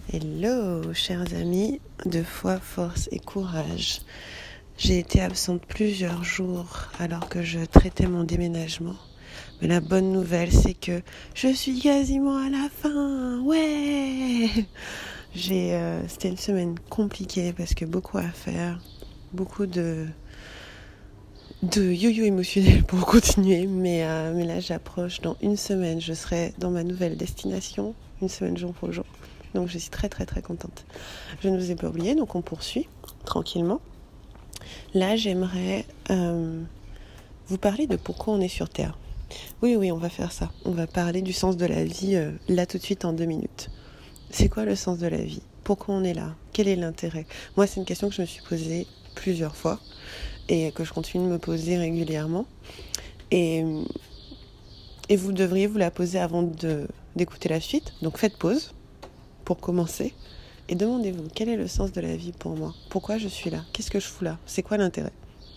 Hello, chers amis de foi, force et courage. J'ai été absente plusieurs jours alors que je traitais mon déménagement. Mais la bonne nouvelle, c'est que je suis quasiment à la fin. Ouais. C'était une semaine compliquée parce que beaucoup à faire, beaucoup de yo-yo émotionnel pour continuer. Mais là, j'approche. Dans une semaine, je serai dans ma nouvelle destination. Une semaine jour pour jour. Donc je suis très très très contente. Je ne vous ai pas oublié, donc on poursuit tranquillement. Là, j'aimerais vous parler de pourquoi on est sur Terre. Oui, on va faire ça. On va parler du sens de la vie là tout de suite en 2 minutes. C'est quoi le sens de la vie ? Pourquoi on est là ? Quel est l'intérêt ? Moi, c'est une question que je me suis posée plusieurs fois et que je continue de me poser régulièrement. Et vous devriez vous la poser avant d'écouter la suite. Donc faites pause pour commencer et demandez-vous quel est le sens de la vie pour moi ? Pourquoi je suis là ? Qu'est-ce que je fous là ? C'est quoi l'intérêt ?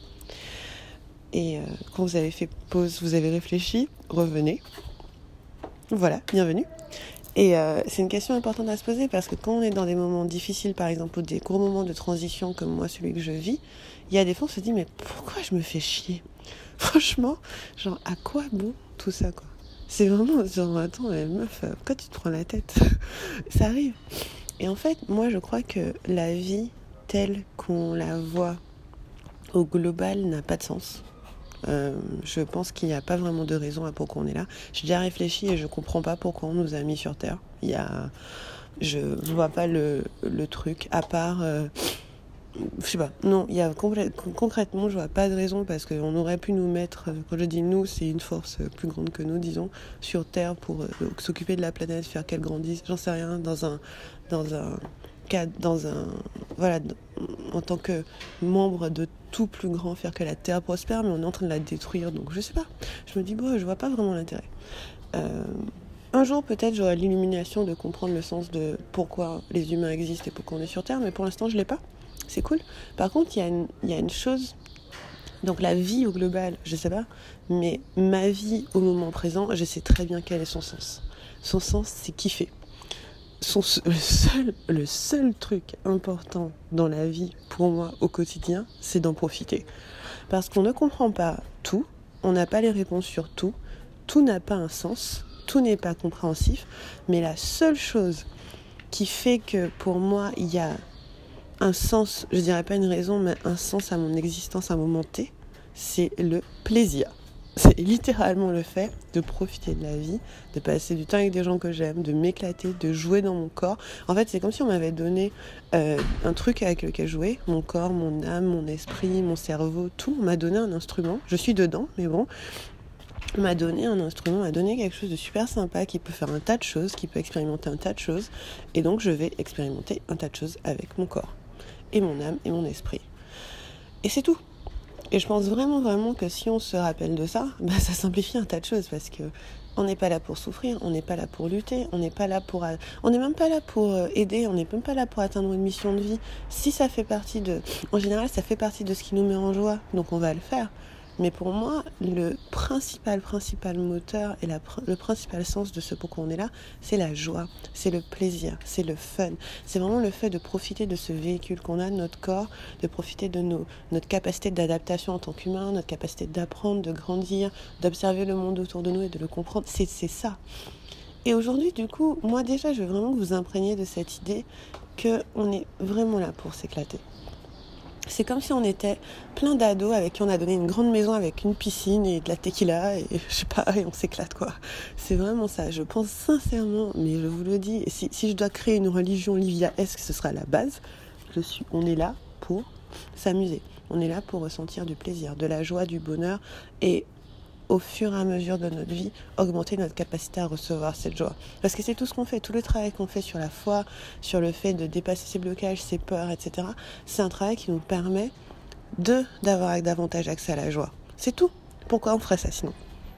Et quand vous avez fait pause, vous avez réfléchi, revenez. Voilà, bienvenue. Et c'est une question importante à se poser parce que quand on est dans des moments difficiles, par exemple, ou des gros moments de transition comme moi, celui que je vis, il y a des fois on se dit mais pourquoi je me fais chier ? Franchement, genre à quoi bon tout ça quoi ? C'est vraiment genre attends meuf, pourquoi tu te prends la tête ? Ça arrive. Et en fait, moi je crois que la vie telle qu'on la voit au global n'a pas de sens. Je pense qu'il n'y a pas vraiment de raison à pourquoi on est là. J'ai déjà réfléchi et je comprends pas pourquoi on nous a mis sur Terre. Je vois pas le truc, à part... je sais pas, non, il y a concrètement, je vois pas de raison parce qu'on aurait pu nous mettre, quand je dis nous, c'est une force plus grande que nous, disons, sur Terre pour s'occuper de la planète, faire qu'elle grandisse, j'en sais rien, voilà, en tant que membre de tout plus grand, faire que la Terre prospère, mais on est en train de la détruire, donc je sais pas. Je me dis, je vois pas vraiment l'intérêt. Un jour, peut-être, j'aurai l'illumination de comprendre le sens de pourquoi les humains existent et pourquoi on est sur Terre, mais pour l'instant, je l'ai pas. C'est cool. Par contre, il y a une chose, donc la vie au global, je sais pas, mais ma vie au moment présent, je sais très bien quel est son sens. Son sens, c'est kiffer. Le seul truc important dans la vie, pour moi, au quotidien, c'est d'en profiter. Parce qu'on ne comprend pas tout, on n'a pas les réponses sur tout, tout n'a pas un sens, tout n'est pas compréhensif, mais la seule chose qui fait que, pour moi, il y a un sens, je dirais pas une raison, mais un sens à mon existence à un moment T, c'est le plaisir. C'est littéralement le fait de profiter de la vie, de passer du temps avec des gens que j'aime, de m'éclater, de jouer dans mon corps. En fait, c'est comme si on m'avait donné un truc avec lequel jouer, mon corps, mon âme, mon esprit, mon cerveau, tout. On m'a donné un instrument. Je suis dedans, mais bon, on m'a donné un instrument, on m'a donné quelque chose de super sympa qui peut faire un tas de choses, qui peut expérimenter un tas de choses. Et donc, je vais expérimenter un tas de choses avec mon corps et mon âme et mon esprit. Et c'est tout. Et je pense vraiment que si on se rappelle de ça, ça simplifie un tas de choses parce que on n'est pas là pour souffrir, on n'est pas là pour lutter, on n'est même pas là pour aider, on n'est même pas là pour atteindre une mission de vie. Si ça fait partie en général, ça fait partie de ce qui nous met en joie, donc on va le faire. Mais pour moi, le principal moteur et le principal sens de ce pourquoi on est là, c'est la joie, c'est le plaisir, c'est le fun. C'est vraiment le fait de profiter de ce véhicule qu'on a, de notre corps, de profiter de notre capacité d'adaptation en tant qu'humain, notre capacité d'apprendre, de grandir, d'observer le monde autour de nous et de le comprendre. C'est ça. Et aujourd'hui, du coup, moi déjà, je veux vraiment que vous imprégniez de cette idée qu'on est vraiment là pour s'éclater. C'est comme si on était plein d'ados avec qui on a donné une grande maison avec une piscine et de la tequila et je sais pas, et on s'éclate quoi. C'est vraiment ça. Je pense sincèrement, mais je vous le dis, si je dois créer une religion liviaesque, ce sera la base. On est là pour s'amuser. On est là pour ressentir du plaisir, de la joie, du bonheur et au fur et à mesure de notre vie, augmenter notre capacité à recevoir cette joie. Parce que c'est tout ce qu'on fait, tout le travail qu'on fait sur la foi, sur le fait de dépasser ses blocages, ses peurs, etc. C'est un travail qui nous permet d'avoir davantage accès à la joie. C'est tout. Pourquoi on ferait ça sinon ?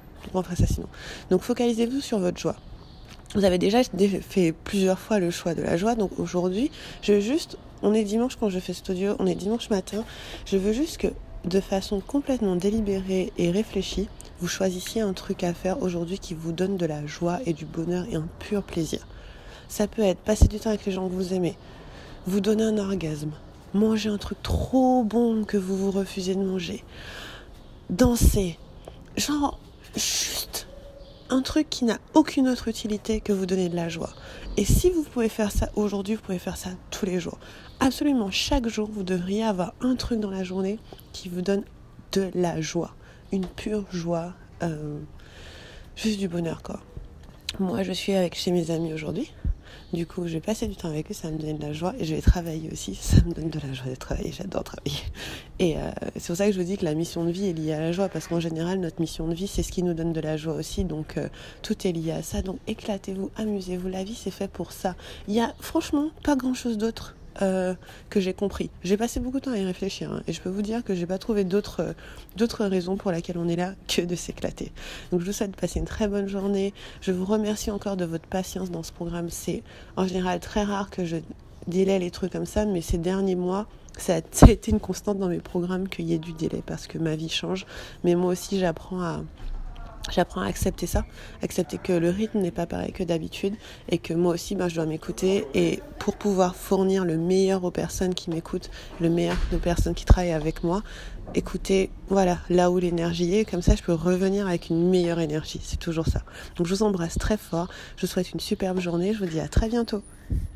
Donc focalisez-vous sur votre joie. Vous avez déjà fait plusieurs fois le choix de la joie, donc aujourd'hui, on est dimanche quand je fais cet audio, on est dimanche matin, je veux juste que de façon complètement délibérée et réfléchie, vous choisissiez un truc à faire aujourd'hui qui vous donne de la joie et du bonheur et un pur plaisir. Ça peut être passer du temps avec les gens que vous aimez, vous donner un orgasme, manger un truc trop bon que vous refusez de manger, danser, genre juste un truc qui n'a aucune autre utilité que vous donner de la joie. Et si vous pouvez faire ça aujourd'hui, vous pouvez faire ça tous les jours. Absolument chaque jour, vous devriez avoir un truc dans la journée qui vous donne de la joie, une pure joie, juste du bonheur quoi. Moi je suis chez mes amis aujourd'hui, du coup je vais passer du temps avec eux, ça me donne de la joie, et je vais travailler aussi, ça me donne de la joie de travailler, j'adore travailler. Et c'est pour ça que je vous dis que la mission de vie est liée à la joie, parce qu'en général notre mission de vie c'est ce qui nous donne de la joie aussi, donc tout est lié à ça, donc éclatez-vous, amusez-vous, la vie c'est fait pour ça. Il y a franchement pas grand chose d'autre que j'ai compris. J'ai passé beaucoup de temps à y réfléchir et je peux vous dire que j'ai pas trouvé d'autres raisons pour lesquelles on est là que de s'éclater. Donc je vous souhaite de passer une très bonne journée. Je vous remercie encore de votre patience dans ce programme. C'est en général très rare que je délaie les trucs comme ça, mais ces derniers mois ça a été une constante dans mes programmes qu'il y ait du délai parce que ma vie change, mais moi aussi j'apprends à accepter ça, accepter que le rythme n'est pas pareil que d'habitude et que moi aussi je dois m'écouter, et pour pouvoir fournir le meilleur aux personnes qui m'écoutent, le meilleur aux personnes qui travaillent avec moi, écoutez, voilà, là où l'énergie est, comme ça je peux revenir avec une meilleure énergie, c'est toujours ça. Donc je vous embrasse très fort, je vous souhaite une superbe journée, je vous dis à très bientôt.